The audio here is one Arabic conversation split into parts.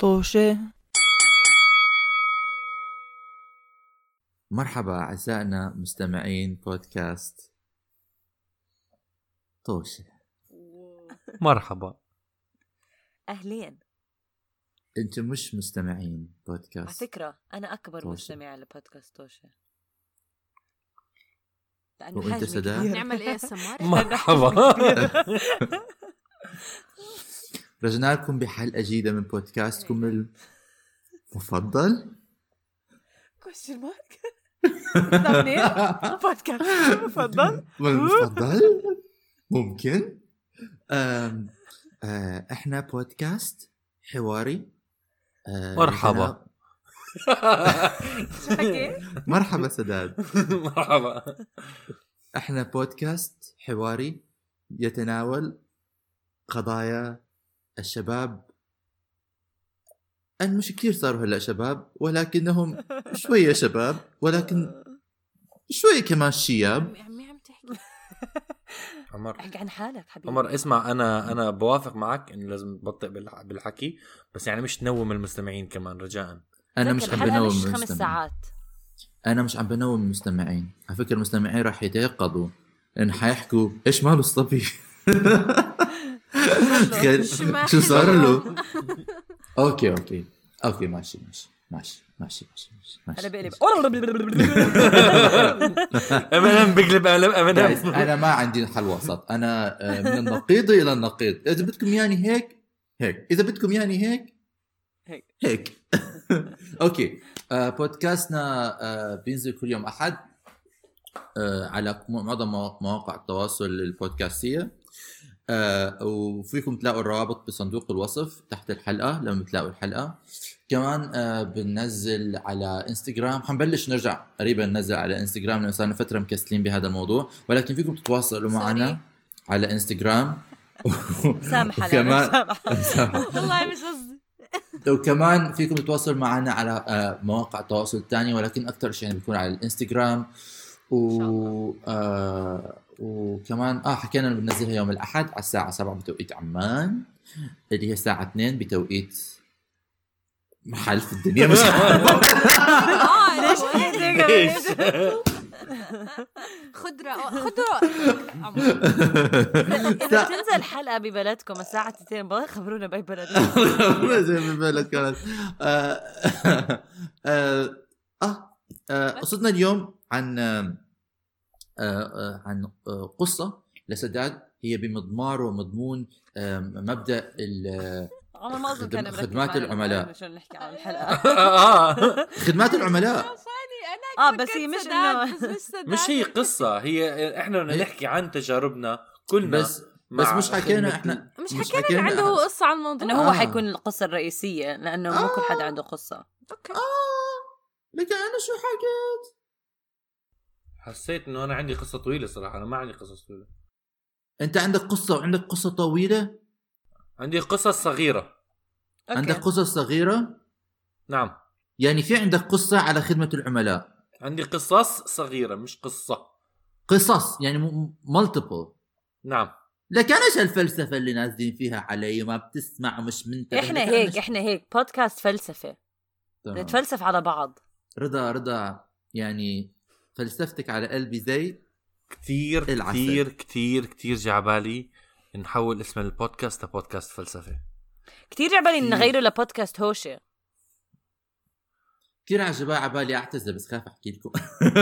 طوشة. مرحبا أعزائنا مستمعين بودكاست طوشة. مرحبا. أهلين. أنتم مش مستمعين على بودكاست فكرة أنا أكبر طوشة. مستمع لبودكاست طوشة. وأنت سداد؟ نعمل إيه السمار؟ مرحبا. رجعنا لكم بحلقة جديدة من بودكاستكم المفضل. كويشن مارك. بودكاست المفضل. والمفضل ممكن. احنا بودكاست حواري. مرحبا. مرحبا سداد. مرحبا. احنا بودكاست حواري يتناول قضايا الشباب، مش كتير صاروا هلا شباب ولكنهم شوية شباب ولكن شوية كمان شياب. عم تحكي عمر، احكي عن حالك حبيبي. عمر اسمع، انا بوافق معك انه لازم تبطئ بالحكي، بس يعني مش تنوم المستمعين كمان رجاء. انا مش عم الحلقة بنوم مش 5 المستمعين. ساعات. انا مش عم بنوم المستمعين. على فكرة المستمعين راح يتيقظوا لان حيحكوا ايش ماله الصبي. شو صار له؟ اوكي ماشي أنا بقلب. امام بقلب امام. انا ما عندي حل وسط. انا من النقيض الى النقيض. اذا بدكم يعني هيك اذا بدكم يعني هيك. اوكي. بودكاستنا بينزل كل يوم احد على معظم مواقع التواصل البودكاستيه. وفيكم تلاقوا الروابط بصندوق الوصف تحت الحلقة لما تلاقوا الحلقة. كمان بننزل على انستغرام. حنبلش نرجع قريبا ننزل على انستغرام لأنه صارنا فترة مكسلين بهذا الموضوع، ولكن فيكم تتواصلوا معنا على انستغرام. سامحة وكمان والله مش قصدي. وكمان فيكم تتواصلوا معنا على مواقع التواصل الثانية، ولكن أكثر شيء يعني بيكون على الانستغرام. وكمان حكينا انه بننزلها يوم الاحد على الساعه 7 بتوقيت عمان، اللي هي الساعه 2 بتوقيت محل في الدنيا. مش ليش خضرة إذا تنزل حلقة ببلدكم الساعة 2 بقى خبرونا بأي بلد. زي ببلد كانت. قصتنا اليوم عن قصة لسداد هي بمضمار ومضمون مبدأ خدمات العملاء. شو نحكي عن الحلقة؟ خدمات العملاء. بس هي مش إنه مش هي قصة، هي احنا بدنا نحكي عن تجاربنا كلنا. بس مش حكينا احنا مش حكينا إن عنده قصة عن الموضوع. إنه هو حيكون القصة الرئيسية لأنه مو كل حدا عنده قصة. أوكي. لكن أنا شو حكيت؟ حسيت انه انا عندي قصة طويلة صراحة. انا ما عندي قصص طويلة. أنت عندك قصة وعندك قصة طويلة. عندي قصص صغيرة. أوكي. عندك قصص صغيرة. نعم. يعني في عندك قصة على خدمة العملاء. عندي قصص صغيرة مش قصة. قصص يعني multiple. نعم. لكن ايش الفلسفة اللي نازلين فيها علي وما بتسمع ومش منتبه؟ احنا هيك بودكاست فلسفة. نتفلسف على بعض. رضا يعني فلسفتك على قلبي زي كتير جعبالي نحول اسم البودكاست لبودكاست فلسفة. كتير جعبالي نغيره لبودكاست هوشة. كتير عجبالي اعتذر بس خاف احكي لكم.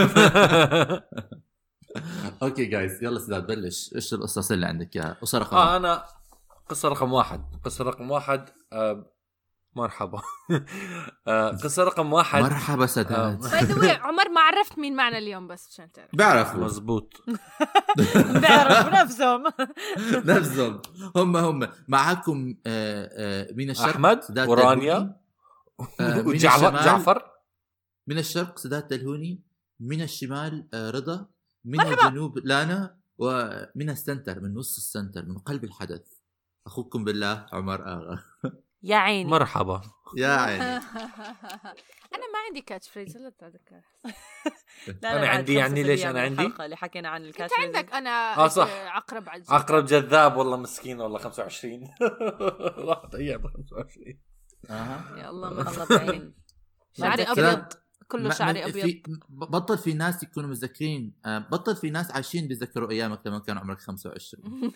اوكي جايز يلا سداد بلش. ايش القصص اللي عندك يا قصة رقم انا قصة رقم واحد. مرحبا. قصة رقم 1. مرحبا سداد. باي عمر ما عرفت مين معنا اليوم بس عشان تعرف. بعرفوا مزبوط. بيعرفوا نفسهم. هم معاكم من الشرق أحمد ورانيا وجعفر. من الشرق سداد تلهوني، من الشمال رضا، من الجنوب لانا، ومن السنتر من نص السنتر من قلب الحدث أخوكم بالله عمر آغا. يا عيني. مرحبا يا عيني. أنا ما عندي كاتش فريز ولا تذكر. أنا عندي يعني ليش أنا عندي اللي حكينا عن الكاتش فريز. عندك أنا صح. عقرب جذاب والله مسكين والله 25. راحت أيام 25. يا الله ما الله بعين. شعري ابيض كله شعري ابيض. بطل في ناس يكونوا متذكرين، بطل في ناس عايشين بيتذكروا ايامك لما كان عمرك 25.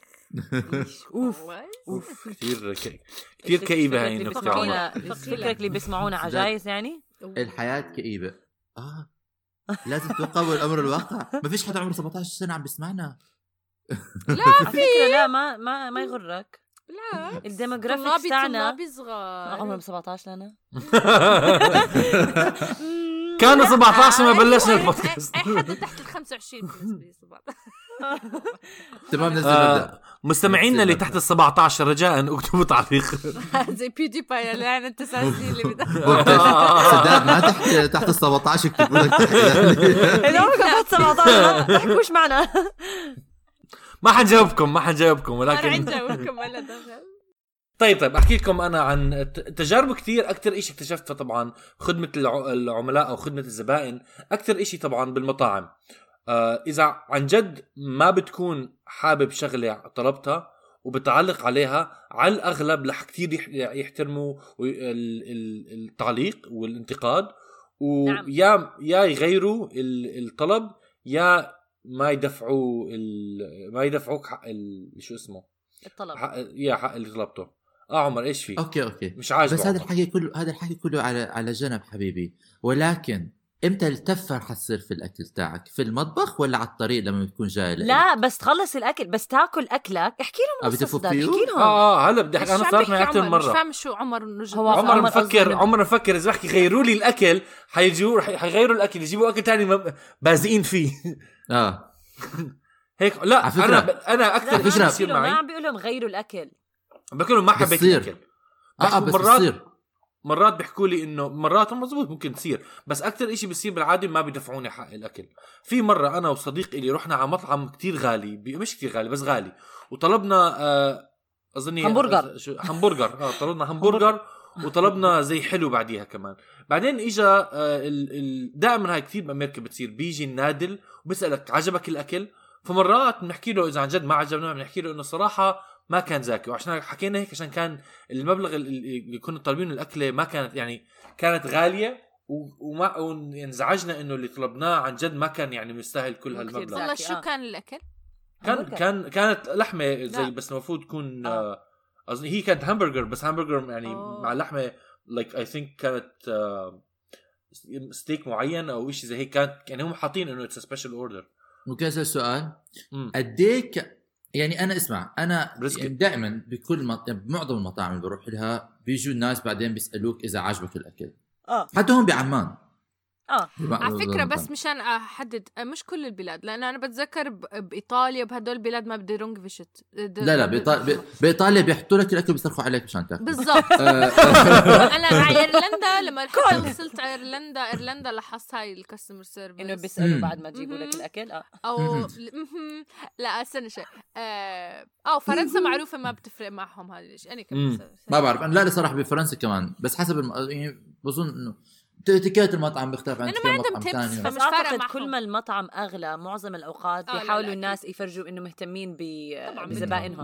اوف كثير كئيبه هاي النقطه عمر. فكرك اللي بيسمعونا عجايز يعني الحياه كئيبه. لازم تقابل الامر الواقع. ما فيش حدا عمره 17 سنه عم بيسمعنا. لا في لا ما يغرك. لا الديموغرافيك تاعنا صغار عمرهم 17 لنا. كانوا 17 ما بلشنا البودكاست. اي حدا تحت 25 بالنسبه لي 17. تمام ننزل نبدا. مستمعينا اللي تحت 17 رجاء اكتبوا تعليق. زي بيوتي باي اللي يعني 9 سنين اللي بدها. سداد ما تحت 17 اكتبوا لك تحت. اذا عمرك تحت 17 تحكوش معنا. ما حنجاوبكم ولكن حنجاوبكم ولا دخل. طيب احكي لكم انا عن تجارب كثير. اكثر إشي اكتشفتها طبعا خدمه العملاء او خدمه الزبائن. اكثر إشي طبعا بالمطاعم. اذا عن جد ما بتكون حابب شغله طلبتها وبتعلق عليها، على الاغلب رح كثير يحترموا التعليق والانتقاد، ويا يغيروا الطلب يا ما يدفعوك حق شو اسمه الطلب حق اللي طلبته. عمر ايش في؟ اوكي مش عاجبك. بس هذا الحكي كله على جنب حبيبي. ولكن امتى التفه حتصير في الاكل تاعك؟ في المطبخ ولا على الطريق لما بتكون جاي؟ لا بس تخلص الاكل، بس تاكل اكلك احكي لهم بتفوا احكي لهم. هلا بدي احكي. انا صارت معي اكثر مره. مش فاهم شو عمر عمر مفكر اذا بحكي غيروا لي الاكل حيغيروا الاكل يجيبوا اكل تاني بازقين فيه. هيك لا انا اكثر شيء بيصير معي ما عم بيقول لهم غيروا الاكل، بقول لهم ما حبيت الاكل. بس مرات بيحكوا لي انه مرات مزبوط ممكن تصير، بس اكثر إشي بيصير بالعاده ما بيدفعوني حق الاكل. في مره انا وصديق لي رحنا على مطعم كتير غالي، مش كتير غالي بس غالي، وطلبنا اظني همبرجر. طلبنا همبرجر وطلبنا زي حلو بعديها كمان. بعدين اجا دائما هاي كثير بامريكا بتصير، بيجي النادل وبسالك عجبك الاكل. فمرات بنحكي له اذا عن جد ما عجبنا بنحكي له انه الصراحه ما كان زاكي، وعشان حكينا هيك عشان كان المبلغ اللي كنا طالبين الاكله ما كانت يعني كانت غاليه، وما انزعجنا انه اللي طلبناه عن جد ما كان يعني مستاهل كل هالمبلغ. والله شو كان الاكل؟ كانت لحمه زي بس المفروض تكون اظن هي كانت همبرجر، بس همبرجر يعني مع لحمه لايك اي ثينك كانت ستيك معين او شيء زي هيك. كانت يعني هم حاطين انه اتس سبيشال اوردر. ممكن اسال سؤال؟ قديك يعني انا اسمع انا يعني دائما بمعظم المطاعم اللي بروح لها بيجوا الناس بعدين بيسالوك اذا عجبك الاكل. حتى هم بعمان على فكرة بس مشان أحدد مش كل البلاد، لأن أنا بتذكر بإيطاليا بهدول البلاد ما بدي رونج فيشت. لا بإيطاليا بيحطوا لك الأكل بيصرخوا عليك مشان تاكل بالضبط. أنا على إيرلندا لما وصلت على إيرلندا لاحظت هاي الكاستمر سيرفيس إنه بيسألوا بعد ما تجيبوا لك الأكل. أو لا استنى شيء. فرنسا معروفة ما بتفرق معهم هذا الشيء. أنا كمان ما بعرف أنا. لا صراحة بفرنسا كمان، بس حسب يعني بظن إنه اتيكيت المطعم بيختلف عن مطعم ثاني. بس اعتقد كل ما المطعم اغلى معظم الاوقات بيحاولوا الناس يفرجوا انه مهتمين بزبائنهم.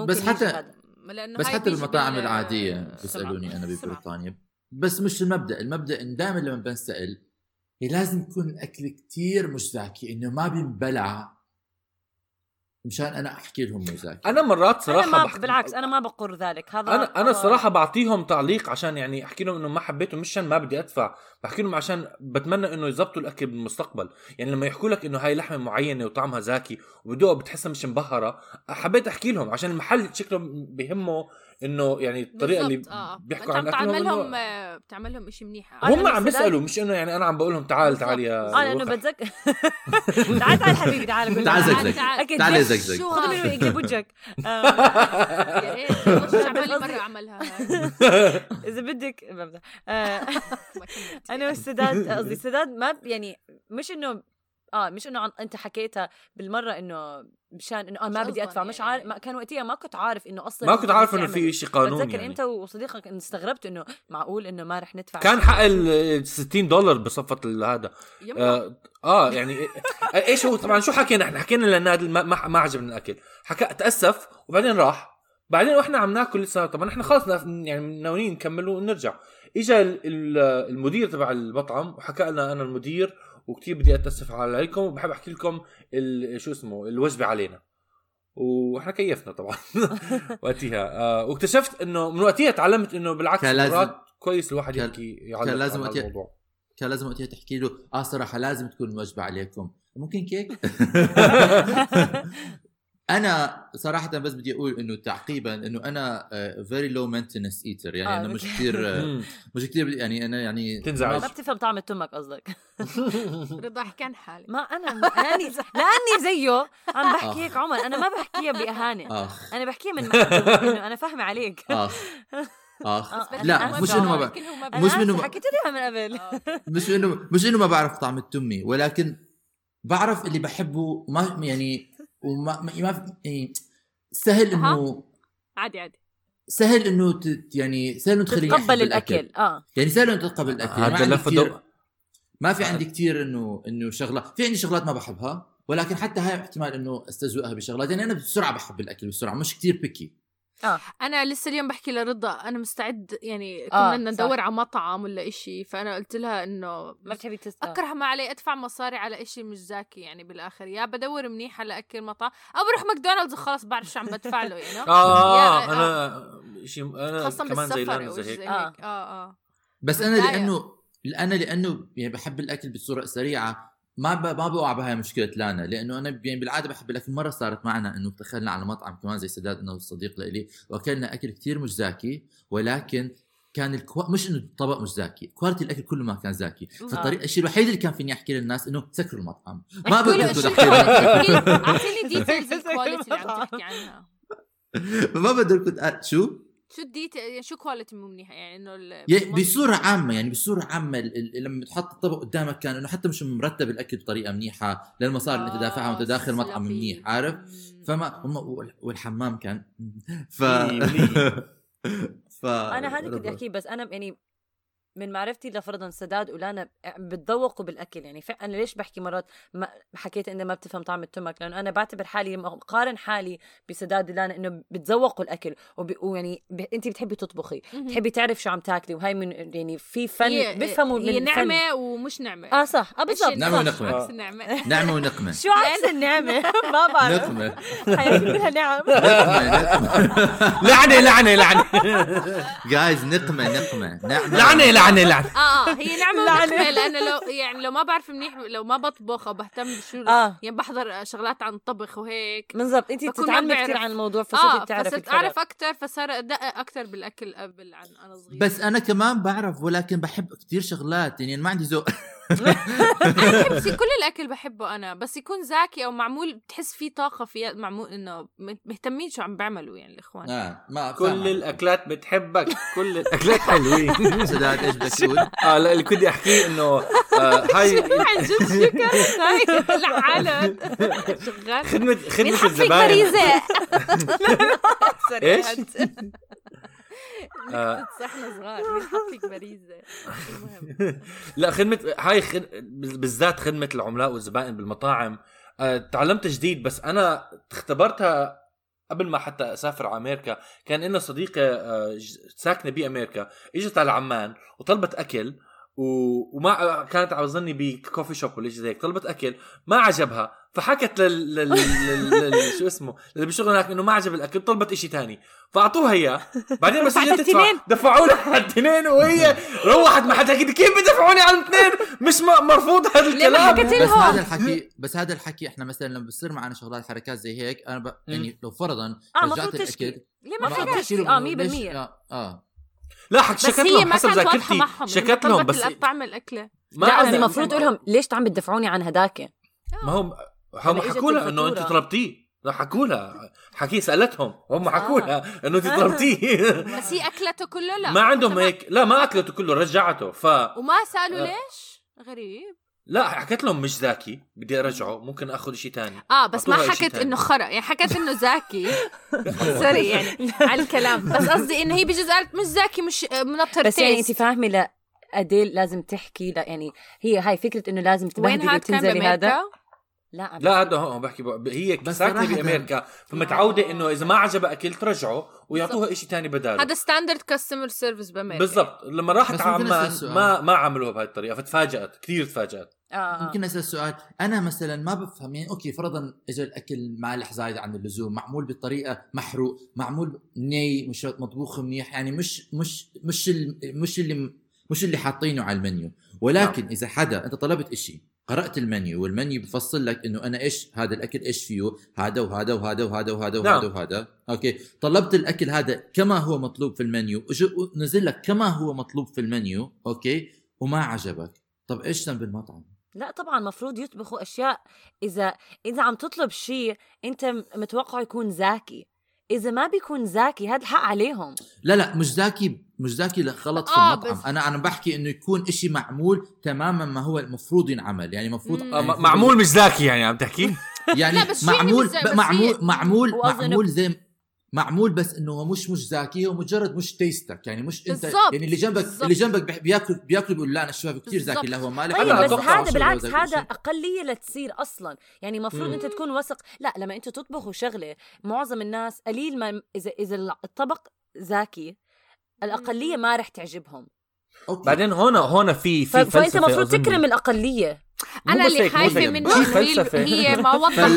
بس حتى المطاعم العاديه بيسالوني انا ببريطانيا. بس مش المبدا ان دائما لما بنسال لازم يكون الاكل كتير مش زاكي، انه ما بينبلع مشان انا احكي لهم مزاكي. انا مرات صراحه بالعكس انا ما بقر ذلك. هذا انا الصراحه بعطيهم تعليق عشان يعني احكي لهم انه ما حبيته، مش عشان ما بدي ادفع، بحكي لهم عشان بتمنى انه يزبطوا الاكل بالمستقبل. يعني لما يحكوا لك انه هاي لحمه معينه وطعمها زاكي وبدوها بتحسها مش مبهره، حبيت احكي لهم عشان المحل شكله بهمه انه يعني الطريقه اللي بيحكوا عن اكلهم بتعمل لهم شيء منيح. هم عم بيسالوا، مش انه يعني انا عم بقول لهم تعال يا لانه بتذكر تعال حبيبي تعال زقزق خذ منه يجيب وجهك. يا ريت والله مره عملها. اذا بدك انا والسداد قصدي السداد ما يعني مش انه انت حكيتها بالمره انه مشان انه ما بدي ادفع. مش عارف كان وقتها ما كنت عارف انه اصلا ما كنت عارف انه في شيء قانوني. بتذكر انت وصديقك ان استغربت انه معقول انه ما رح ندفع. كان حق $60 بصفه هذا. يعني ايش هو طبعا شو حكينا احنا؟ حكينا للنادل ما عجبنا الاكل، تاسف وبعدين راح. بعدين واحنا عم ناكل لسه طبعا احنا خلص يعني ناويين نكمل ونرجع. اجى المدير تبع المطعم وحكى لنا انا المدير وكتير بدي اتاسف عليكم وبحب احكي لكم شو اسمه الوجبه علينا. واحنا كيفنا طبعا وقتها واكتشفت انه من وقتها تعلمت انه بالعكس مرات كويس الواحد يحكي يعلق على الموضوع. كان لازم وقتها تحكي له صراحه لازم تكون الوجبه عليكم ممكن كيك. انا صراحه بس بدي اقول انه تعقيبا انه انا very low maintenance eater يعني انا مش كثير يعني انا يعني تنزعج ما بتفهم طعم التمك قصدك. رضا حكي عن حالي ما انا يعني لاني زيه عم بحكي هيك عمر انا ما بحكيها باهانه انا بحكيها من انه انا فاهمه عليك. لا مش انه ما حكيت لها من قبل مش انه ما بعرف طعم التمي ولكن بعرف اللي بحبه ما يعني وما يعني سهل انه عادي سهل انه يعني سهل انه تتقبل الاكل يعني سهل انه تتقبل الاكل. ما في عندي كتير انه شغلات في عندي شغلات ما بحبها ولكن حتى هاي احتمال انه استزوقها بشغلات يعني انا بسرعه بحب الاكل بسرعه مش كتير بيكي. انا لسه اليوم بحكي لرضا انا مستعد يعني كنا ندور على مطعم ولا إشي فانا قلت لها انه ما بتحبي اكره ما علي ادفع مصاري على إشي مش زاكي يعني بالاخر يا بدور منيح على اكل مطعم او بروح ماكدونالدز وخلاص بعرف شو عم بدفع له يعني انا شيء انا كمان زي لانا زي هيك بس انا لانه يعني بحب الاكل بصوره سريعه ما بوقع بهاي مشكله لانا لانه انا يعني بالعاده بحب الاكل. مره صارت معنا انه دخلنا على مطعم كمان زي سداد انه صديق لي واكلنا اكل كتير مش زاكي ولكن كان مش انه الطبق مش زاكي كواليتي الاكل كله ما كان زاكي. فالطريقه الشيء الوحيد اللي كان فيني احكي للناس انه سكروا المطعم ما بقدر اعطيني ديتيلز الكواليتي اللي عم تحكي عنها ما بقدر كنت شو شو كواليتي مو منيحه يعني انه بصوره عامه لما تحط الطبق قدامك كان انه حتى مش مرتب الاكل بطريقه منيحه للمصاري اللي انت دافعها وانت داخل مطعم منيح عارف. فما والحمام كان انا هذا كنت احكي بس انا يعني من معرفتي لفرضا سداد ولانا بتذوقوا بالاكل يعني انا ليش بحكي مرات ما حكيت انه ما بتفهم طعم التمك لانه انا بعتبر حالي قارن حالي بسداد ولانا انه بتذوقوا الاكل ويعني انت بتحبي تطبخي بتحبي تعرف شو عم تاكلي وهي من يعني في فن بفهموا من نعمه ومش نعمه صح بالضبط نعمه ونقمه نعمه ونقمه شو عكس النعمه ما بعرف نقمه حياتي كلها نعم لعنه جايز نقمه لعنه هي نعمه ونقمه لانه لو ما بعرف منيح لو ما بطبخ او بهتم بشو يعني بحضر شغلات عن الطبخ وهيك بالضبط انت بتتعلمي كثير عن الموضوع فصرت اعرف اكثر فصار ادقق اكثر بالاكل قبل عن انا صغير. بس انا كمان بعرف ولكن بحب كثير شغلات يعني ما عندي ذوق انا بحب كل الاكل بحبه انا بس يكون زاكي او معمول بتحس فيه طاقه فيه معمول انه مهتمين شو عم بيعملوا يعني الاخوان ما كل الاكلات بتحبك كل الاكلات حلوين. سداد ايش بدك تقول؟ لا اللي كنت احكيه انه هاي عن جد شكرا هاي العالم شغال خدمه الزبائن ايش صحنا صغار بنحط لك باريزه المهم لا خدمه هاي بالذات خدمه العملاء والزبائن بالمطاعم تعلمت جديد بس انا اختبرتها قبل ما حتى اسافر على امريكا. كان لنا صديقه ساكنه بامريكا اجت على عمان وطلبت اكل وما كانت عاوزني بكوفي شوب ولا شيء زي هيك طلبت اكل ما عجبها فحكت شو اسمه اللي بيشتغل هناك انه ما عجب الاكل طلبت اشي تاني فاعطوها اياه بعدين بس اجت تدفع دفعوا لها على الاثنين وهي روحت ما حدا كده كيف بدفعوني على الاثنين مش مرفوض هذا الكلام. بس هذا الحكي احنا مثلا لما بصير معنا شغلات حركات زي هيك انا يعني لو فرضا رجعت الاكل ليه ما في 100% لا شكت لهم حسب ذاكرتي شكت لهم بس طعم الاكله لا قصدي المفروض اقول لهم ليش عم بتدفعوني عن هداك ما هم حكوا لها انه انت طلبتيه لا حكوا لها حكي سالتهم هم حكوا لها انه انت طلبتيه بس هي اكلته كله لا ما عندهم هيك لا ما اكلته كله رجعته وما سالوا ليش غريب لا حكيت لهم مش ذاكي بدي ارجعه ممكن اخذ شيء تاني بس ما حكيت انه خرا يعني حكيت انه ذاكي سوري يعني على الكلام بس قصدي انه هي بجوز قالت مش ذاكي مش منطر بس يعني انت فاهمه لا أديل لازم تحكي لا يعني هي هاي فكره انه لازم تبهدلي وتنزلي هذا لا هذا هو بحكي هي ساكنه بامريكا فمتعوده انه اذا ما عجبها اكل ترجعه ويعطوها شيء تاني بداله. هذا ستاندرد كاستمر سيرفيس بامريكا بالضبط. لما راحت عمان ما عملوها بهذه الطريقه فتفاجأت كثير تفاجأت. ممكن اسال سؤال؟ انا مثلا ما بفهم يعني اوكي فرضا اجى الاكل مالح زايد عن اللزوم معمول بطريقه محروق معمول ني مش مطبوخ منيح يعني مش اللي حاطينه على المنيو ولكن اذا حدا انت طلبت إشي قرأت المنيو والمنيو بفصل لك انه انا ايش هذا الاكل ايش فيه هذا وهذا وهذا وهذا وهذا وهذا وهذا اوكي طلبت الاكل هذا كما هو مطلوب في المنيو نزل لك كما هو مطلوب في المنيو اوكي وما عجبك طب ايش ذنب المطعم؟ لا طبعا مفروض يطبخوا اشياء اذا عم تطلب شيء انت متوقع يكون زاكي اذا ما بيكون زاكي هذا الحق عليهم. لا مش زاكي غلط في المطعم. انا بحكي انه يكون إشي معمول تماما ما هو المفروض ينعمل يعني مفروض معمول مش زاكي يعني عم تحكي يعني معمول زي معمول بس انه مش زاكي هو مجرد مش تيستك يعني مش انت يعني اللي جنبك بياكل بيقول لا انا شايف كثير زاكي لا هو مالك. بس هذا بالعكس هذا اقليه لتصير اصلا يعني مفروض انت تكون واثق. لا لما انت تطبخوا شغله معظم الناس قليل ما اذا الطبق زاكي الاقليه ما رح تعجبهم. بعدين هنا في فلسفه فانت المفروض تكرم الاقليه. انا اللي خايفه منه هي ما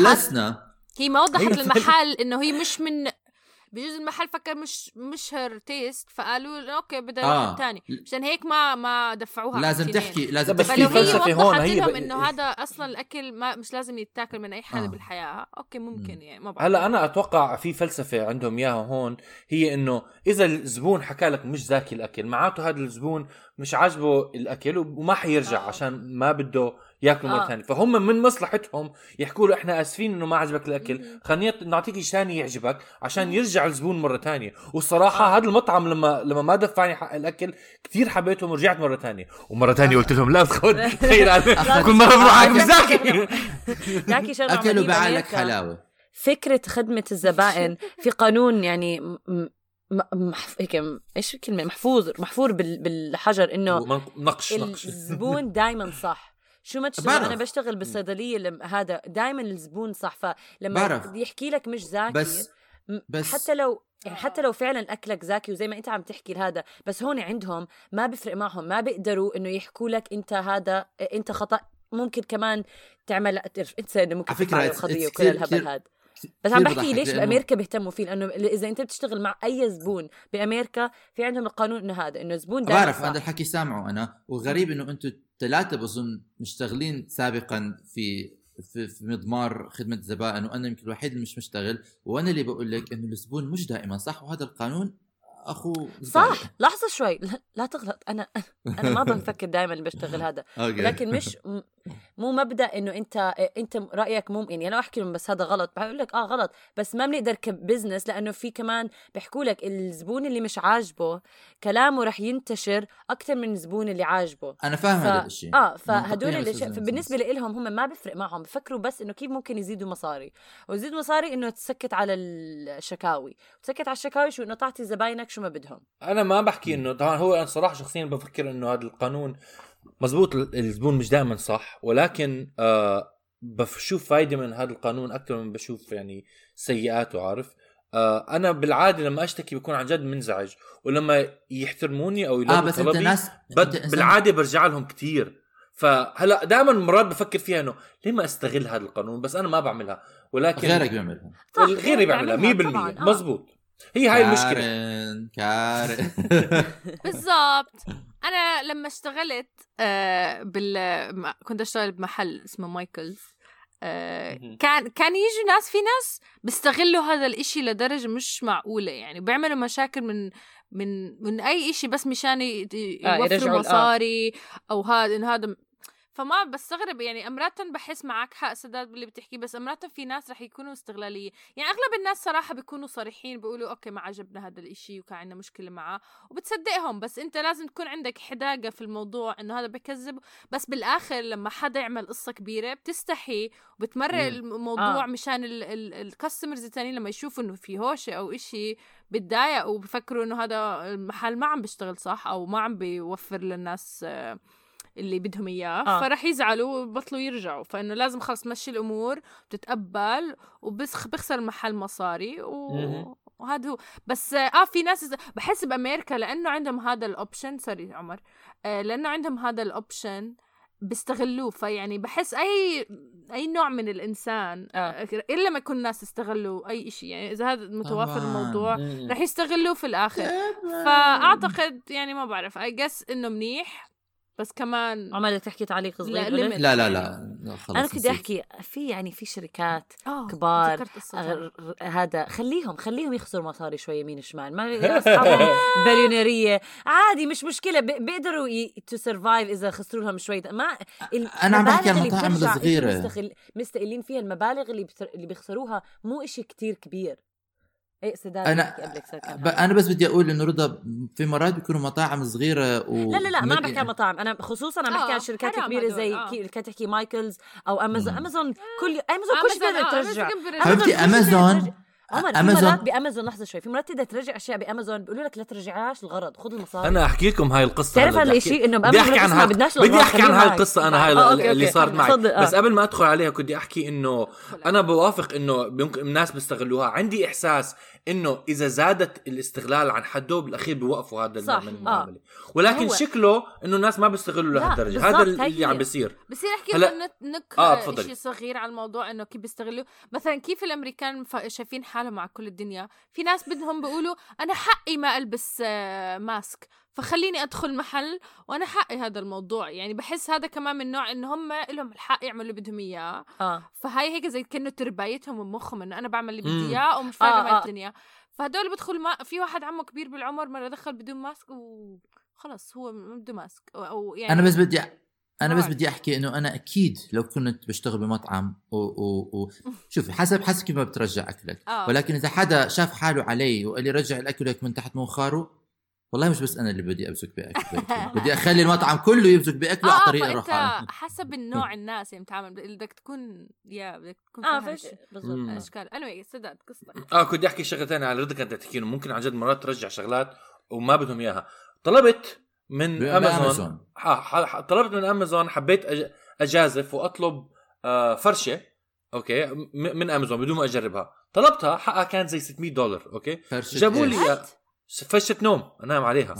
وضحت للمحل انه هي مش من بجوز المحل فكر مش هير تيست فقالوا اوكي بدل واحد تاني عشان هيك ما دفعوها. لازم تحكي لازم بس في فلسفه هون هي انه هذا اصلا الاكل مش لازم يتاكل من اي حدا بالحياه. اوكي ممكن يعني ما بعرف. هلا انا اتوقع في فلسفه عندهم اياها هون هي انه اذا الزبون حكى لك مش زاكي الاكل معناته هذا الزبون مش عاجبه الاكل وما حيرجع عشان ما بده ياكل مرة ثانية. فهم من مصلحتهم يحكوا له احنا اسفين انه ما عجبك الاكل خلينا نعطيك شيء ثاني يعجبك عشان يرجع الزبون مرة ثانية. والصراحة هذا المطعم لما ما دفعني حق الاكل كثير حبيتهم ورجعت مرة ثانية ومرة ثانية قلت لهم لا تخون تخيل كل مرة بروح اكل زاكي اكلوا بعلك حلاوة. فكرة خدمة الزبائن في قانون يعني هيك ايش الكلمة محفور بالحجر انه نقش الزبون دائما صح. شو ما تشتغل أنا بشتغل بالصيدلية هذا دائما الزبون صح. فلما يحكي لك مش زاكي بس حتى لو فعلا أكلك زاكي وزي ما أنت عم تحكي هذا بس هون عندهم ما بيفرق معهم ما بيقدروا إنه يحكوا لك أنت خطأ. ممكن كمان تعمل إنسان ممكن تفعل القضية وكل الهبل هذا. بس عم بحكي ليش بأمريكا بيهتموا فيه لأنه إذا أنت بتشتغل مع أي زبون بأمريكا في عندهم القانون إنه هذا إنه زبون دائما بعرف هذا الحكي سامعه أنا. وغريب إنه أنتوا 3 بظن مشتغلين سابقا في مضمار خدمة الزبائن وأنا يمكن الوحيد اللي مش مشتغل وأنا اللي بقول لك إنه الزبون مش دائما صح وهذا القانون أخو صح. لحظة شوي لا تغلط. أنا ما بفكر دائما اللي بشتغل هذا لكن مش مو مبدأ إنه أنت رأيك مو يعني أنا أحكي لهم بس هذا غلط بقول لك غلط بس ما بنقدر كبزنس لأنه في كمان بيحكوا لك الزبون اللي مش عاجبه كلامه رح ينتشر أكتر من الزبون اللي عاجبه. أنا فاهم هذا الشيء. فهدول الأشياء بالنسبة لهم هم ما بيفرق معهم بفكروا بس إنه كيف ممكن يزيدوا مصاري ويزيدوا مصاري إنه تسكت على الشكاوي تسكت على الشكاوي شو إنه تعطي زباينك شو ما بدهم. أنا ما بحكي إنه طبعا هو أنا صراحة شخصيا بفكر إنه هذا القانون مزبوط الزبون مش دائما صح ولكن بشوف فايدة من هذا القانون أكثر من بشوف يعني سيئاته. عارف أنا بالعادة لما أشتكي بكون عن جد منزعج ولما يحترموني أو يلاقوا طلبي بالعادة برجع لهم كتير. فهلا دائما مرات بفكر فيها إنه ليه ما أستغل هذا القانون بس أنا ما بعملها ولكن غيرك بيعملها غيري بيعملها 100% مزبوط. هي هاي المشكلة كارن بالضبط. أنا لما اشتغلت كنت أشتغل بمحل اسمه مايكلز كان يجي في ناس بيستغلوا هذا الاشي لدرجة مش معقولة يعني بيعملوا مشاكل من أي اشي بس مشان يوفروا مصاري أو هذا فما بستغرب يعني أمرات بحس معك حق سداد باللي بتحكيه بس أمرات في ناس رح يكونوا استغلالية. يعني أغلب الناس صراحة بيكونوا صريحين بيقولوا أوكي ما عجبنا هذا الإشي وكان عندنا مشكلة معه وبتصدقهم بس أنت لازم تكون عندك حداقة في الموضوع إنه هذا بكذب. بس بالآخر لما حدا يعمل قصة كبيرة بتستحي وبتمرر الموضوع مشان الكاستمرز التانيين لما يشوفوا إنه في هوشة أو إشي بتضايق وبفكروا إنه هذا المحل ما عم بيشتغل صح أو ما عم بيوفر للناس اللي بدهم اياه فرح يزعلوا وبطلوا يرجعوا. فانه لازم خلص تمشي الامور بتتقبل وبس بخسر المحل مصاري وهذا هو. بس في ناس بحس بامريكا لانه عندهم هذا الاوبشن. سوري عمر. لانه عندهم هذا الاوبشن بيستغلوه. فيعني بحس اي نوع من الانسان الا ما يكون الناس يستغلوا اي إشي. يعني اذا هذا متوافر الموضوع رح يستغلوه في الاخر. فاعتقد يعني ما بعرف I guess انه منيح. بس كمان عمالك تحكي تعليق صغير. لا خلص. انا كنت احكي في شركات كبار هذا خليهم يخسروا مصاري شوي يمين شمال. ما اصحابهم بليونيريه عادي مش مشكله. بيقدروا تو سرفايف اذا خسروا لهم شوي. ما انا عم بحكي عن المطاعم الصغيره مستقلين فيها. المبالغ اللي بيخسروها مو إشي كتير كبير. ايه سداد. انا بس بدي اقول انه رضا في مرات بيكونوا مطاعم صغيره لا ما بحكي عن مطاعم. انا خصوصا عم بحكي عن شركات كبيره زي كنت تحكي مايكلز او امازون. كل شيء بدها ترجع. حبيبتي امازون بأمازون لحظة شوي. في مرات تقدر ترجع أشياء بأمازون بيقولوا لك لا ترجعهاش الغرض خذ المصاري. أنا أحكي لكم هاي القصة. تعرف هذا الشيء إنه بدي أحكي عن هاي القصة. أنا هاي اللي صارت معي. بس قبل ما أدخل عليها كنت أحكي إنه أنا بوافق إنه ممكن الناس بيستغلوها. عندي إحساس إنه إذا زادت الاستغلال عن حده بالأخير بيوقفوا هذا النوع من المعاملة. ولكن شكله إنه الناس ما بيستغلوا لهالدرجة. هذا اللي عم بيصير أحكي نك شيء صغير على الموضوع إنه كيف بيستغلوا. مثلا كيف الأمريكان شايفين حالهم مع كل الدنيا. في ناس بدهم بيقولوا أنا حقي ما ألبس ماسك فخليني أدخل محل وأنا حقي هذا الموضوع. يعني بحس هذا كمان من نوع إنه هم لهم الحق يعملوا اللي بدهم إياه. فهاي هيك زي كأنه تربايتهم ومخهم إنه أنا بعمل اللي بدي إياه ومش فارقة مع الدنيا. فهدول بدخل في واحد عمه كبير بالعمر مرة دخل بدون ماسك وخلص هو بدون ماسك أو يعني أنا بس بدي أحكي إنه أنا أكيد لو كنت بشتغل بمطعم شوفي حسب كيف ما بترجع أكلك. ولكن إذا حدا شاف حاله علي وقال لي رجع الأكلك من تحت منخاره والله مش بس أنا اللي بدي أمسك بأكلي. بدي أخلي المطعم كله يمسك بأكله على طريقة رخاء. حسب النوع الناس يعني بتعامل بدك تكون بالضبط أشكال. anyway سداد قصتك. كنت أحكي شغلة تانية على رضا كانت تحكي إنه ممكن عن جد مرات ترجع شغلات وما بدهم إياها. طلبت من أمازون حبيت أجازف وأطلب فرشة أوكي من أمازون بدون ما أجربها. طلبتها حقها كان زي $600 أوكي. جابوا لي فرشة نوم أنام عليها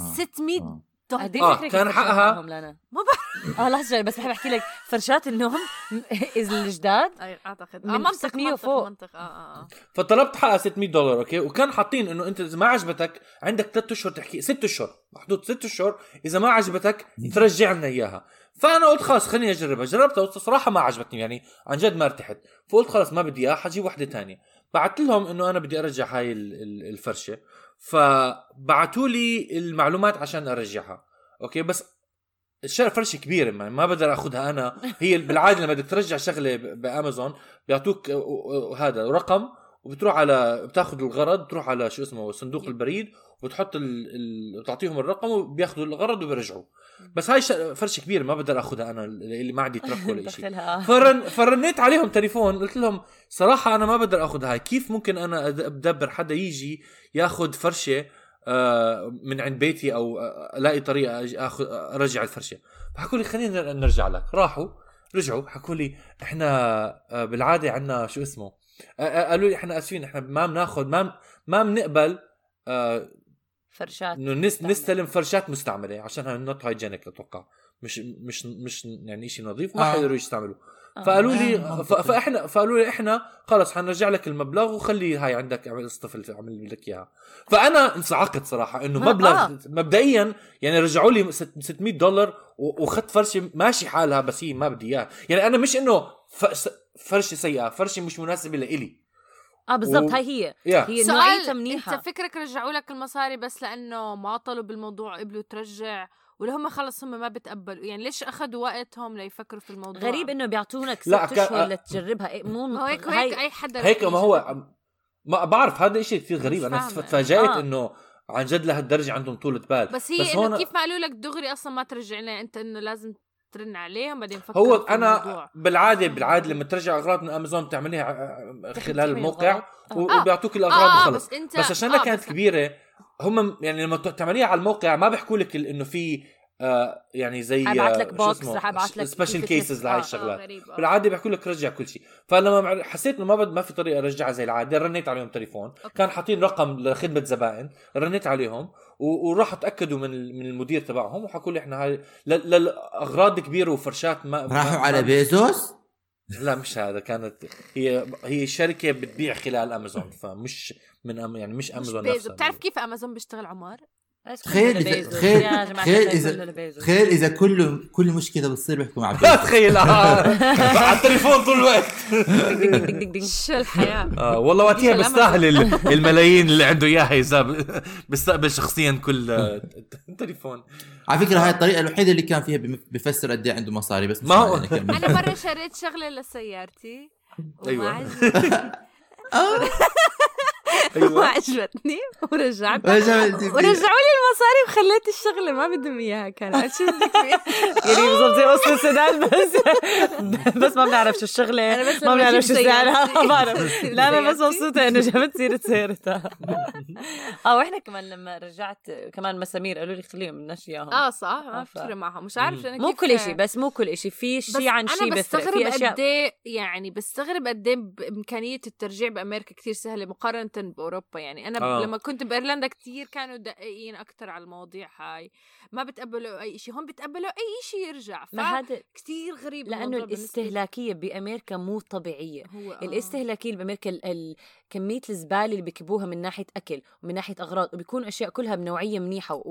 $600 كان حقها ما لحظة بس بحب أحكي لك فرشات النوم إذا الجداد أعتقد منطق فطلبت حقها $600 أوكي. وكان حاطين إنه أنت إذا ما عجبتك عندك 3 أشهر تحكي 6 أشهر محدود 6 أشهر إذا ما عجبتك ترجع لنا إياها. فأنا قلت خلاص خليني أجربها. جربتها وصراحة ما عجبتني يعني عن جد ما ارتحت. فقلت خلاص ما بدي إياها حجيب واحدة تانية. بعت لهم إنه أنا بدي أرجع هاي الفرشة. فبعتوا لي المعلومات عشان أرجعها أوكي. بس فرشة كبيرة ما بقدر أخذها أنا. هي بالعادة لما بدك ترجع شغلة بأمازون بيعطوك هذا رقم وبتروح على بتاخذ الغرض بتروح على شو اسمه صندوق البريد وبتحط بتعطيهم الرقم وبياخذوا الغرض وبيرجعوا. بس هاي فرشة كبيرة ما بقدر أخذها أنا اللي ما عندي ترك ولا شيء. فرنيت عليهم تليفون قلت لهم صراحة أنا ما بقدر أخذ هاي. كيف ممكن أنا أدبر حدا يجي ياخذ فرشة من عند بيتي أو ألاقي طريقة أرجع الفرشة. فحكوا لي خلينا نرجع لك. رجعوا حكوا لي إحنا بالعادة عنا شو اسمه قالوا لي إحنا أسفين إحنا ما بناخذ ما بنقبل فرشات نستلم فرشات مستعملة عشان هاي نوت هايجينيك أتوقع مش يعني إشي نظيف ما حيقدروا يستعملوا. فقالوا لي فقالوا لي إحنا خلاص حنرجع لك المبلغ وخلي هاي عندك اعمل اصطفل اعمل لك إياها. فأنا انصعقت صراحة إنه مبلغ مبدئيا يعني رجعوا لي $600 وخدت فرشة ماشي حالها بس هي ما بدي إياها. يعني أنا مش إنه فرشة سيئة فرشة مش مناسبة لإلي. بالضبط هي نوعيتها منيحة. انت فكرك رجعوا لك المصاري بس لانه ما طلبوا بالموضوع قبلوا ترجع ولا هم خلص هم ما بتقبلوا؟ يعني ليش اخذوا وقتهم ليفكروا في الموضوع؟ غريب انه بيعطونك 6 اشهر لتجربها. مو هيك اي حدا هيك ما هو ما بعرف هذا إشي كثير غريب. انا تفاجأت انه عن جد لهالدرجة عندهم طولة بال. بس هي إنه كيف ما قالوا لك دغري اصلا ما ترجع لنا انت انه لازم ترن عليهم بعدين فكروا هو انا بالعاده لما ترجع اغراض من امازون بتعمليها خلال الموقع وبيعطوك الاغراض وخلص. بس عشان كانت كبيره هم يعني لما تعمليها على الموقع ما بيحكوا لك انه في يعني زي ابعت لك بوكس، رح ابعت لك سبيشال كيسز لهي الشغلات. بالعاده بيحكوا لك رجع كل شيء. فلما حسيت انه ما في طريقه ارجعها زي العاده، رنيت عليهم تليفون. كان حاطين رقم لخدمه زبائن، رنيت عليهم وراح اتاكدوا من المدير تبعهم وحكوا لي احنا هاي لاغراض كبيره وفرشات ما راحوا على بيزوس. لا مش هذا، كانت هي شركه بتبيع خلال امازون، فمش من يعني مش امازون نفسها. بتعرف كيف امازون بيشتغل عمر؟ تخيل إذا كل مشكلة بتصير بيحكوا مع بيزوس. تخيل على التليفون طول الوقت. شو الحياة. والله وقتها بيستاهل الملايين اللي عنده إياها إذا بيستقبل شخصيا كل تليفون. على فكرة هاي الطريقة الوحيدة اللي كان فيها بيفسر قد ايه عنده مصاري. بس ما هو أنا مرة شريت شغلة لسيارتي أيوة ما عجبتني ورجعوا لي المصاري وخليت الشغله ما بدهم اياها. كانت شو بدك يعني بالضبط زي قصة سداد بس ما بنعرف شو الشغله، ما بنعرف شو سعرها، ما بعرف. لا انا بس مبسوطه انه جابت سيره سيرتها. واحنا كمان لما رجعت كمان مسامير قالوا لي خليهم بدناش اياهم. صح ما بفرق معهم. مش عارف انا مو كل شيء، بس مو كل شيء في شيء عن شيء بفرق. في اشياء يعني بستغرب قد ايه بامكانيه الترجيع بامريكا كتير سهله مقارنه باوروبا. يعني انا لما كنت بايرلندا كتير كانوا دقيقين اكتر على المواضيع هاي، ما بتقبلوا اي شيء. هم بتقبلوا اي شيء يرجع. كتير غريب لانه الاستهلاكيه بامريكا مو طبيعيه. الاستهلاكيه بامريكا كميه الزباله اللي بيكبوها من ناحيه اكل ومن ناحيه اغراض، وبيكون اشياء كلها بنوعيه منيحه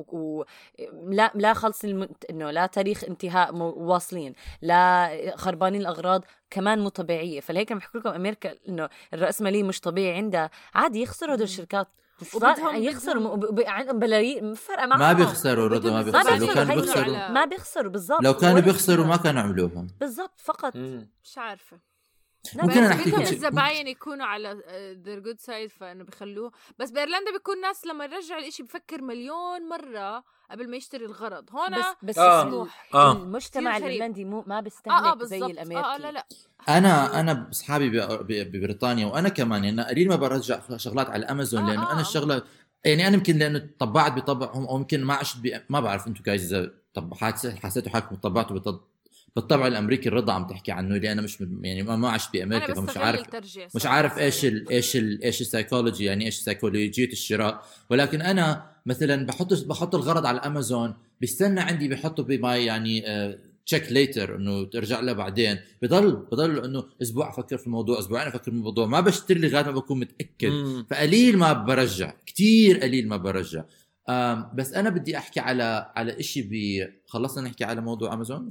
لا خلص انه لا تاريخ انتهاء واصلين، لا خربانين الاغراض كمان مو طبيعيه. فلهيك بحكي لكم امريكا انه الرأسمالية مش طبيعي عندها. عادي يخسروا هدول الشركات، يخسروا بلايين، فرق معهم. ما بيخسروا رضا، ما بيخسروا. لو كانوا بيخسروا ما بيخسروا بالضبط. لو كانوا بيخسروا ما كانوا عملوها بالضبط. فقط مش عارفة. ممكن انا احكي لكم الزباين يكونوا على their good side فانه بيخلوه. بس بايرلندا بيكون ناس لما يرجع الاشي بفكر مليون مرة قبل ما يشتري الغرض. هون بس المجتمع الايرلندي ما بيستهلك زي الامريكي. لا انا اصحابي ببريطانيا وانا كمان يعني قليل ما برجع شغلات على الامازون لانه انا الشغله يعني انا يمكن لانه طبعت بطبعهم او يمكن ما عشت ما بعرف انتم جايز اذا حسيتوا حالكم طبعتوا بالطبع الامريكي الرضا عم تحكي عنه اللي انا مش يعني ما عشت بامريكا، فمش عارف ايش السايكولوجي، يعني ايش سيكولوجيه الشراء. ولكن انا مثلا بحط الغرض على الامازون، بيستنى عندي بحطه بماي يعني تشيك ليتر انه ترجع له بعدين. بضل انه اسبوع افكر في الموضوع، اسبوعين افكر في الموضوع، ما بشتري لغايه ما بكون متاكد. فقليل ما برجع، كتير قليل ما برجع. بس انا بدي احكي على إشي خلصنا نحكي على موضوع امازون.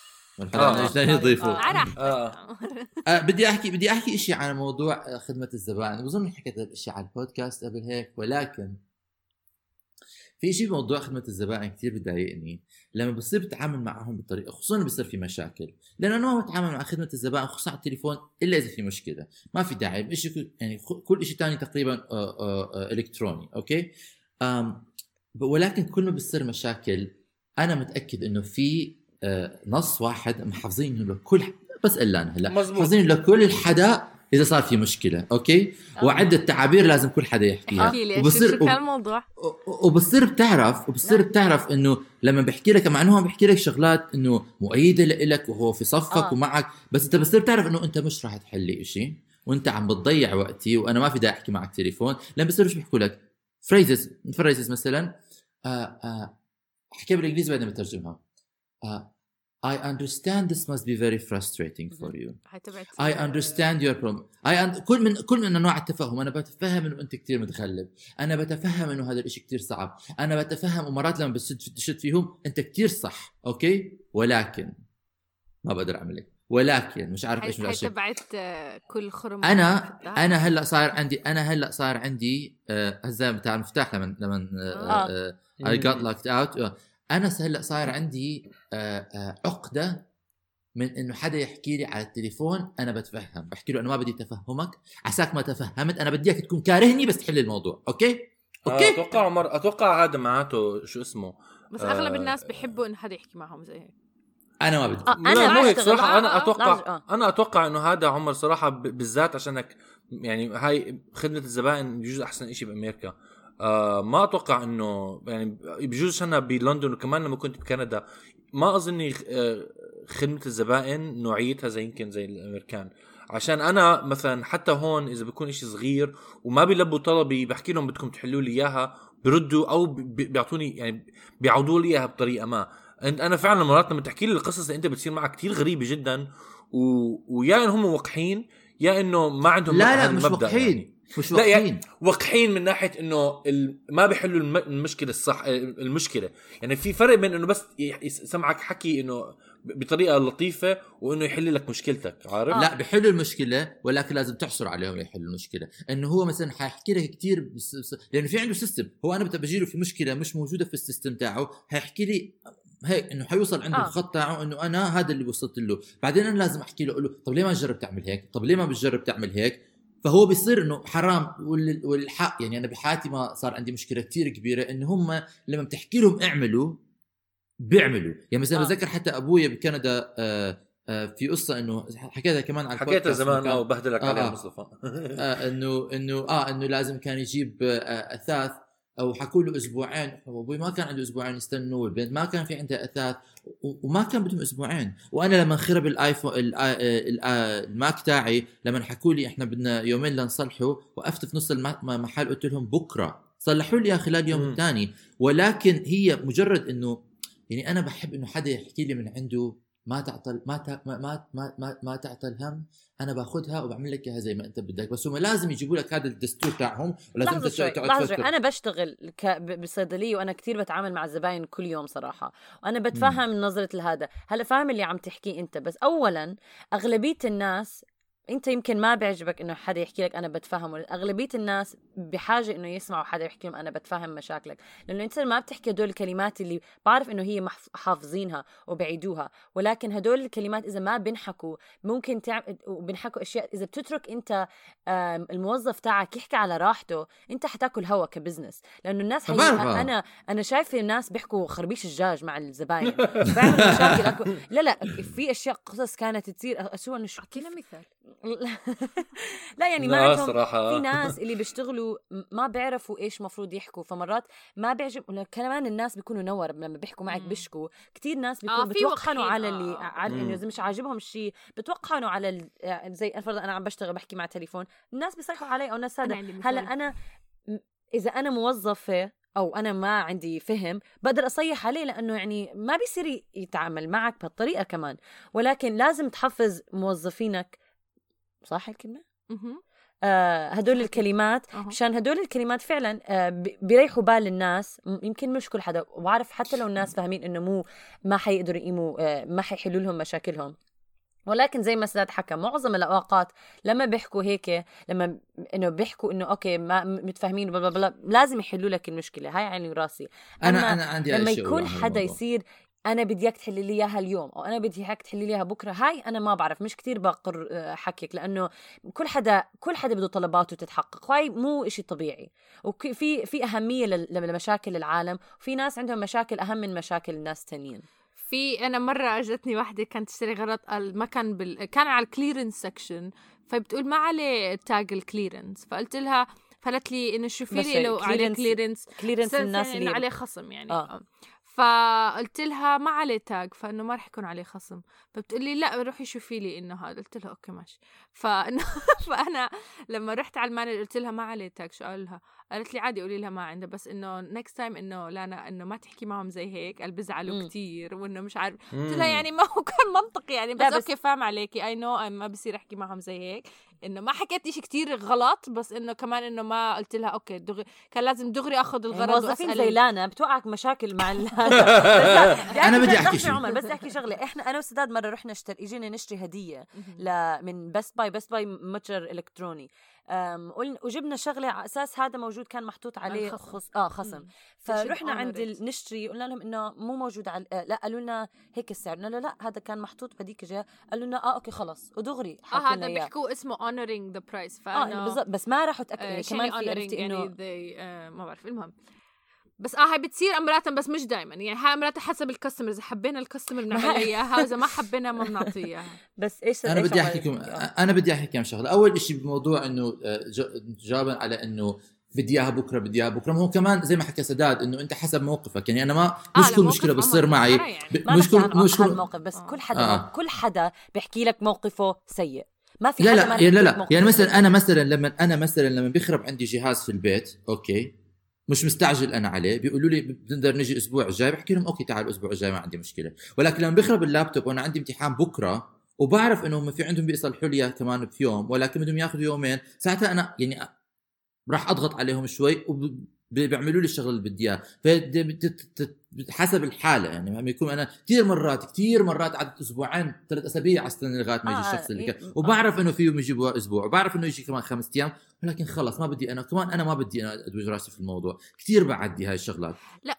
بدي احكي إشي على موضوع خدمة الزبائن. بظن حكيت الإشي على البودكاست قبل هيك، ولكن في شيء بموضوع خدمة الزبائن كتير بضايقني لما بصير بتعامل معهم بطريقة، خصوصا بصير في مشاكل. لأن أنا ما بتعامل مع خدمة الزبائن خصوصا على التليفون إلا إذا في مشكلة. ما في داعي إشي يعني كل إشي تاني تقريبا إلكتروني. أوكي. ولكن كل ما بصير مشاكل أنا متأكد إنه في نص واحد محافظين له كل بس إلا أنا هلا محافظين له كل حدا إذا صار في مشكلة. أوكي. وعدة تعابير لازم كل حدا يحكيها. وبصير كان الموضوع وبصير بتعرف إنه لما بحكي لك مع إنه بحكي لك شغلات إنه مؤيدة لك وهو في صفك ومعك، بس أنت بصير بتعرف إنه أنت مش راح تحلي إشي وأنت عم بتضيع وقتي وأنا ما في داعي أحكي معك تليفون. لما بصيرش بيحكوا لك phrases مثلا أحكي بالإنجليزي بعدين بترجمها. I understand this must be very frustrating for you. I understand your problem. كل من أنواع التفهم. أنا بتفهم إنه أنت كتير متغلب، أنا بتفهم إنه هذا الإشي كتير صعب، أنا بتفهم ومرات لما بتشد فيهم أنت كتير صح. أوكي. ولكن ما بقدر أعملك، ولكن مش عارف إيش الأشياء. تبعت كل خرم. أنا هلأ صار عندي هذا بتاع المفتاح لمن I got locked out. أنا هلأ صار عندي عقدة من إنه حدا يحكي لي على التليفون أنا بتفهم، بحكي له أنا ما بدي تفهمك، عساك ما تفهمت، أنا بديك تكون كارهني بس تحل الموضوع. أوكي. أتوقع هذا معناته شو اسمه. بس أغلب الناس بيحبوا إن حدا يحكي معهم زي هيك. أنا ما بدي. أنا مو هيك صراحة. أنا أتوقع إنه هذا عمر صراحة بالذات عشانك يعني هاي خدمة الزبائن بيجوز أحسن إشي بأمريكا. ما اتوقع انه يعني بجوز انا بلندن وكمان لما كنت بكندا ما اظني خدمه الزبائن نوعيتها زي يمكن زي الامريكان. عشان انا مثلا حتى هون اذا بيكون إشي صغير وما بيلبوا طلبي بحكي لهم بدكم تحلوا لي اياها بردوا او بيعطوني يعني بيعودوا لي اياها بطريقه ما. انا فعلا مرات لما تحكي لي القصص اللي انت بتصير معك كتير غريبه جدا ويا ان هم وقحين يا انه ما عندهم لا مش وقحين يعني. مش لا وقحين يعني وقحين من ناحيه انه ما بيحلوا المشكله الصح المشكله. يعني في فرق بين انه بس يسمعك حكي انه بطريقه لطيفه وانه يحل لك مشكلتك عارف. لا بيحلوا المشكله ولكن لازم تحصر عليهم يحلوا المشكله. انه هو مثلا حيحكي لك كتير لانه في عنده سيستم. هو انا بجيله في مشكله مش موجوده في السيستم تاعه هيحكي لي هيك انه حيوصل عنده الخط تاعه انه انا هذا اللي وصلت له. بعدين انا لازم احكي له اقول له طب ليه ما تجرب تعمل هيك طب ليه ما بتجرب تعمل هيك. فهو بيصير انه حرام والحق. يعني انا بحياتي ما صار عندي مشكله كتير كبيره انه هم لما بتحكي لهم اعملوا بيعملوا. يعني مثلا بذكر حتى ابويا بكندا في قصه انه حكيتها كمان على حكيتها زمان او بهدلك عليها مصطفى انه لازم كان يجيب اثاث او حكوا له اسبوعين. ابوي ما كان عنده اسبوعين يستنوا والبنت ما كان في عندها اثاث وما كان بدهم اسبوعين. وانا لما خرب الايفون الماك تاعي لما حكوا لي احنا بدنا يومين لنصلحه وقفت في نص المحل قلت لهم بكره صلحوا لي خلال يوم الثاني. ولكن هي مجرد انه يعني انا بحب انه حدا يحكي لي من عنده ما تعطل ما تعطل هم. انا باخذها وبعمل لك اياها زي ما انت بدك. بس هم لازم يجيبوا لك هذا الدستور تاعهم ولازم تقعد. انا بشتغل بصيدليه وانا كتير بتعامل مع الزباين كل يوم صراحه وانا بتفهم نظره هذا. هلا فاهم اللي عم تحكيه انت. بس اولا اغلبيه الناس انت يمكن ما بيعجبك انه حدا يحكي لك انا بتفهمه. اغلبيه الناس بحاجه انه يسمعوا حدا يحكي لهم انا بتفهم مشاكلك لانه انت ما بتحكي هدول الكلمات اللي بعرف انه هي حافظينها وبعيدوها. ولكن هدول الكلمات اذا ما بنحكوا ممكن وبنحكوا اشياء اذا بتترك انت الموظف تاعك يحكي على راحته انت حتاكل هوا كبزنس. لانه الناس انا شايفه الناس بيحكوا خربيش الدجاج مع الزباين بيعملوا مشاكل لا في اشياء قصص كانت تصير اسوء انه احكينا مثال. لا يعني ما عندهم في ناس اللي بيشتغلوا ما بيعرفوا ايش مفروض يحكوا. فمرات ما بيعجب كمان الناس بيكونوا نور لما بيحكوا معك بيشكوا. كتير ناس بيكونوا بتوقعوا على اللي على انه اذا مش عاجبهم الشيء بتوقعوا على زي الفرض انا عم بشتغل بحكي مع تليفون الناس بيصيحوا علي او ناس هذا. هلا انا اذا انا موظفه او انا ما عندي فهم بقدر اصيح عليه لانه يعني ما بيصير يتعامل معك بهالطريقه كمان. ولكن لازم تحفز موظفينك صح الكلمة؟ هدول الكلمات مشان هدول الكلمات فعلا بيريحوا بال الناس. يمكن مش كل حدا وعارف حتى لو الناس فاهمين انه ما حيقدروا يقيموا ما حيحلوا لهم مشاكلهم. ولكن زي ما سداد حكى معظم الأوقات لما بيحكوا هيك لما إنه بيحكوا إنه أوكي ما متفاهمين بلا بلا لازم يحلوا لك المشكلة. هاي عيني وراسي. أنا عندي لما يكون حدا يصير أنا بدي إياك تحلي لي إياها اليوم أو أنا بدي إياك تحلي لي إياها بكرة هاي أنا ما بعرف مش كتير بقر حكيك لأنه كل حدا بده طلباته تتحقق. هاي مو إشي طبيعي. وفي أهمية لمشاكل العالم وفي ناس عندهم مشاكل أهم من مشاكل الناس تانيين. في أنا مرة أجتني واحدة كانت تشتري غلط المكان كان على الكليرنس سكشن فبتقول ما عليه تاج الكليرنس فقلت لها فقالت لي إنه شوفي لي لو عليه كليرنس الناس اللي عليه خصم يعني فقلت لها ما عليه تاج فانه ما رح يكون عليه خصم. فبتقول لي لا روحي شوفي لي انه هذا. قلت لها اوكي ماشي. فانا لما رحت على المانجر قلت لها ما عليه تاج. شو قال لها؟ قالت لي عادي قولي لها ما عنده بس انه نيكست تايم انه لا انه ما تحكي معهم زي هيك قال بزعلوا كتير وانه مش عارف. قلت لها يعني ما هو كان منطقي يعني بس اوكي فاهم عليكي اي نو ما بصير احكي معهم زي هيك انه ما حكيت شيء كتير غلط بس انه كمان انه ما قلت لها اوكي دغري كان لازم دغري اخذ الغرض واسال زي لانا بتوقعك مشاكل مع انا بدي احكي شيء عمر بس احكي شغله. احنا انا وسداد مره رحنا اجينا نشتري هديه من بست باي متجر الكتروني وجبنا شغله على اساس هذا موجود كان محطوط عليه خصم. فرحنا عند نشتري قلنا لهم انه مو موجود على لا قالوا لنا هيك السعر. قلنا له لا هذا كان محطوط بديك جاء قالوا لنا اوكي خلاص ودغري هذا بيحكوا اسمه honoring the price بالضبط بس ما راحوا تاكد كمان في عرفتي انه ما بعرف المهم بس هاي بتصير امرات بس مش دائما يعني هاي امرات حسب الكاستمر. اذا حبينا الكاستمر بنعمل اياها اذا ما حبينا ما بنعطيها. بس ايش انا بدي احكي لكم شغله. اول شيء بموضوع انه جوابا على انه بدي اياها بكره بدي اياها بكره. ما هو كمان زي ما حكى سداد انه انت حسب موقفك، يعني انا ما مش كل مشكله بتصير معي يعني. مش كل موقف، بس كل حدا كل حدا بيحكي لك موقفه سيء، ما في حدا ما لا يعني مثلا انا مثلا لما بيخرب عندي جهاز في البيت اوكي مش مستعجل انا عليه، بيقولوا لي بنقدر نجي الاسبوع الجاي، بحكي لهم اوكي تعال الاسبوع الجاي ما عندي مشكله. ولكن لما بيخرب اللابتوب وانا عندي امتحان بكره وبعرف انه هم في عندهم بيصلحوا لي كمان بيوم ولكن بدهم ياخذوا يومين، ساعتها انا يعني راح اضغط عليهم شوي وبيعملوا لي الشغله اللي بدي اياها. حسب الحاله يعني. لما يكون انا كثير مرات عدت اسبوعين 3 اسابيع على استنى لغايه ما يجي الشخص اللي كان وبعرف انه فيه يجيبوا اسبوع وبعرف انه يجي كمان 5 ايام، ولكن خلص ما بدي انا ما بدي انا ادوج راسي في الموضوع كثير بعدي هاي الشغلات.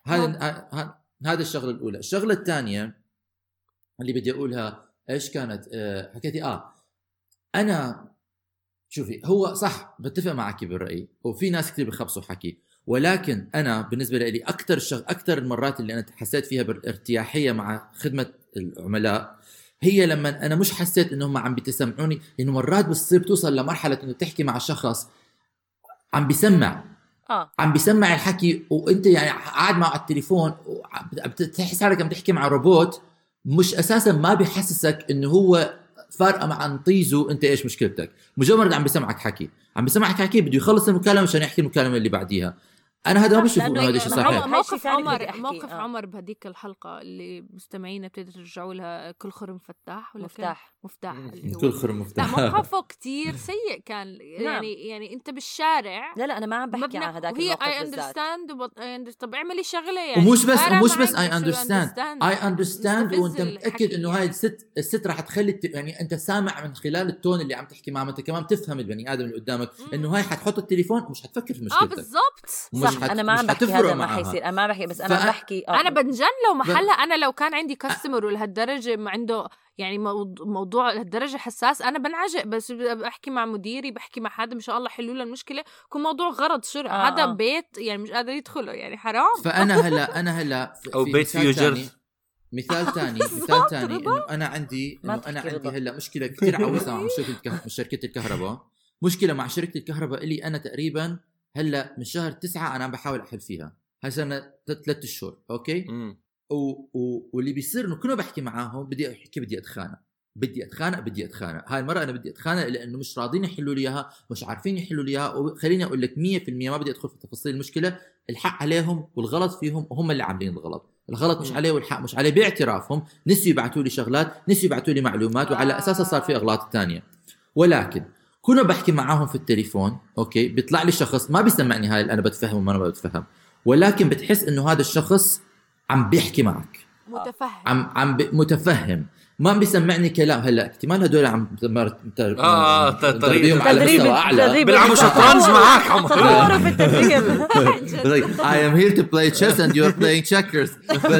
هذا الشغله الاولى. الشغله الثانيه اللي بدي اقولها ايش كانت حكيتي انا شوفي هو صح بتفق معك بالرأي وفي ناس كتير بخبصوا حكي، ولكن أنا بالنسبة لي أكتر المرات اللي أنا حسيت فيها بالارتياحية مع خدمة العملاء هي لما أنا مش حسيت إنهم عم بتسمعوني. إنه مرات بتصير توصل لمرحلة إنه تحكي مع شخص عم بيسمع الحكي وأنت يعني قاعد معه على التليفون بتحس حالك عم تحكي مع روبوت مش أساسا ما بيحسسك إنه هو فارقه مع انطيزه انت ايش مشكلتك. مجرد عم بيسمعك حكي بده يخلص المكالمه عشان يحكي المكالمه اللي بعديها. انا هذا ما بشوف انه هذا شيء صحيح. موقف عمر بهديك الحلقه اللي مستمعينا بتقدروا ترجعوا لها كل خرم فتاح ولا مفتاح كل خرم مفتاح. لا موقفه كتير سيء كان يعني انت بالشارع. لا انا ما عم بحكي عن هذاك الموقف بالذات. طب اعملي شغله يعني ومش بس I understand وانت متاكد انه هاي الست راح تخلي يعني انت سامع من خلال التون اللي عم تحكي معه انت كمان تفهم البني ادم اللي قدامك انه هاي حتحط التليفون ومش حتفكر في مشكلتك. بالضبط انا ما عم بحكي هذا ما حيصير. انا ما بحكي بس انا بحكي انا بنجن لو محلها انا لو كان عندي كاستمر ولهالدرجه ما عنده يعني موضوع لهالدرجه حساس انا بنعجق. بس بحكي مع مديري بحكي مع حدا ان شاء الله حلوا له المشكله يكون موضوع غرض شرع. هذا بيت يعني مش قادر يدخله يعني حرام. فانا هلا او بيت فيه جرس. مثال ثاني انه انا عندي هلا مشكله كثير عويصه مع شركه الكهرباء. مشكله مع شركه الكهرباء اللي انا تقريبا هلا من شهر 9 انا عم بحاول احل فيها. هاي سنه 3 شهور اوكي. واللي بيصير انه كنا بحكي معاهم بدي اتخانق. هاي المره انا بدي اتخانق لانه مش راضين يحلوا لي اياها، مش عارفين يحلوا لي اياها. وخليني اقول لك 100% ما بدي ادخل في تفاصيل المشكله. الحق عليهم والغلط فيهم وهم اللي عاملين الغلط مش عليه والحق مش عليه باعترافهم. نسيوا يبعثوا لي شغلات، نسيوا يبعثوا لي معلومات وعلى اساسها صار في اغلاط تانية. ولكن كنا بحكي معاهم في التليفون اوكي بيطلع لي شخص ما بيسمعني هاي انا بتفهم وما انا بتفهم، ولكن بتحس انه هذا الشخص عم بيحكي معك متفهم متفهم ما بيسمعني كلام. هلا احتمال هدول عم تدريبهم على مستوى اعلى بيلعبوا شطرنج معك عمر في التدريب. I am here to play chess and you're playing checkers.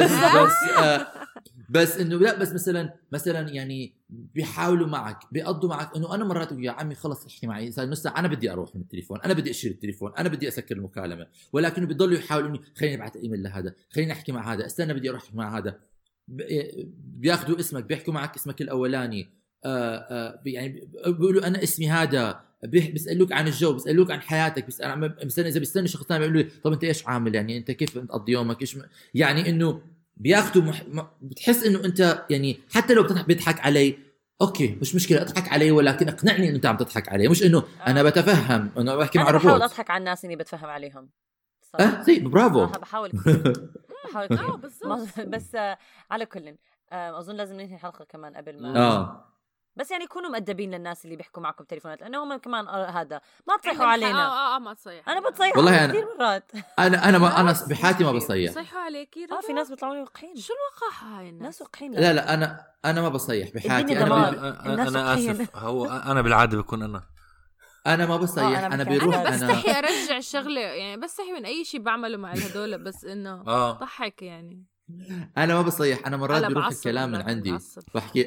بس انه لا بس مثلا يعني بيحاولوا معك بيقضوا معك انه انا مرات يا عمي خلص احكي معي صار نص ساعه انا بدي اروح من التليفون، انا بدي اشيل التليفون، انا بدي اسكر المكالمه. ولكنه بيضلوا يحاولوا اني خليني ابعث ايميل لهذا، خليني احكي مع هذا، استنى بدي اروح مع هذا. بياخذوا اسمك بيحكوا معك اسمك الاولاني يعني بيقولوا انا اسمي هذا، بيسالوك عن الجو، بيسالوك عن حياتك، بيسالني اذا بيستنى شخص ثاني بيقولوا لي طب انت ايش عامل يعني انت كيف بتقضي يومك ايش يعني انه بياخذوا بتحس انه انت يعني حتى لو بتضحك علي اوكي مش مشكله اضحك علي ولكن اقنعني انه انت عم تضحك علي، مش انه انا بتفهم انا بحكي مع روبوت. بحاول اضحك على الناس اني بتفهم عليهم زي برافو بحاول بالضبط. بس على كل اظن لازم ننهي الحلقه كمان قبل ما بس يعني كونوا مؤدبين للناس اللي بيحكوا معكم تليفونات لانه هم كمان هذا ما تصيحوا علينا. ما تصيح. انا بتصيح والله كثير مرات. انا بحياتي ما بصيح. بصيحوا عليكي في ناس بيطلعوا لي وقحين. شو الوقاحه هاي الناس وقحين؟ لا انا ما بصيح بحياتي. انا اسف هو انا بالعاده بكون انا ما بصيح. انا بيروح انا بستحي ارجع الشغله يعني بستحي من اي شيء بعمله مع هذول بس انه ضحك يعني. انا ما بصيح. انا مرات بيروح الكلام من عندي بحكي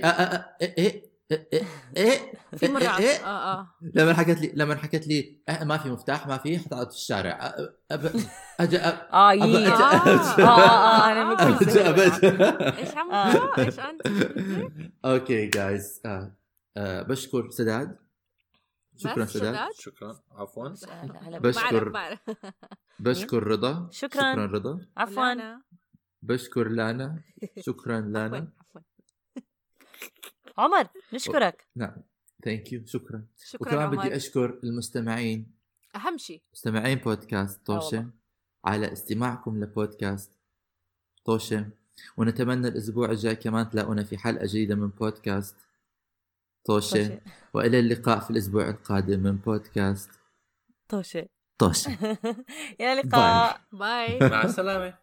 في مرة لما حكت لي ما في مفتاح ما في حتقعد في الشارع انا ايش عم ايش انت اوكي جايز بشكر سداد شكرا سداد. شكرا عفوا. بشكر رضا. شكرا رضا. عفوا. بشكر لانا. شكرا لانا. عمر نشكرك. نعم ثانك يو. شكرا. شكرا وكمان عمر. بدي أشكر المستمعين، أهم شيء مستمعين بودكاست طوشة على استماعكم لبودكاست طوشة، ونتمنى الأسبوع الجاي كمان تلاقونا في حلقة جديدة من بودكاست طوشة. وإلى اللقاء في الأسبوع القادم من بودكاست طوشة. طوشة. إلى اللقاء. باي. مع السلامة.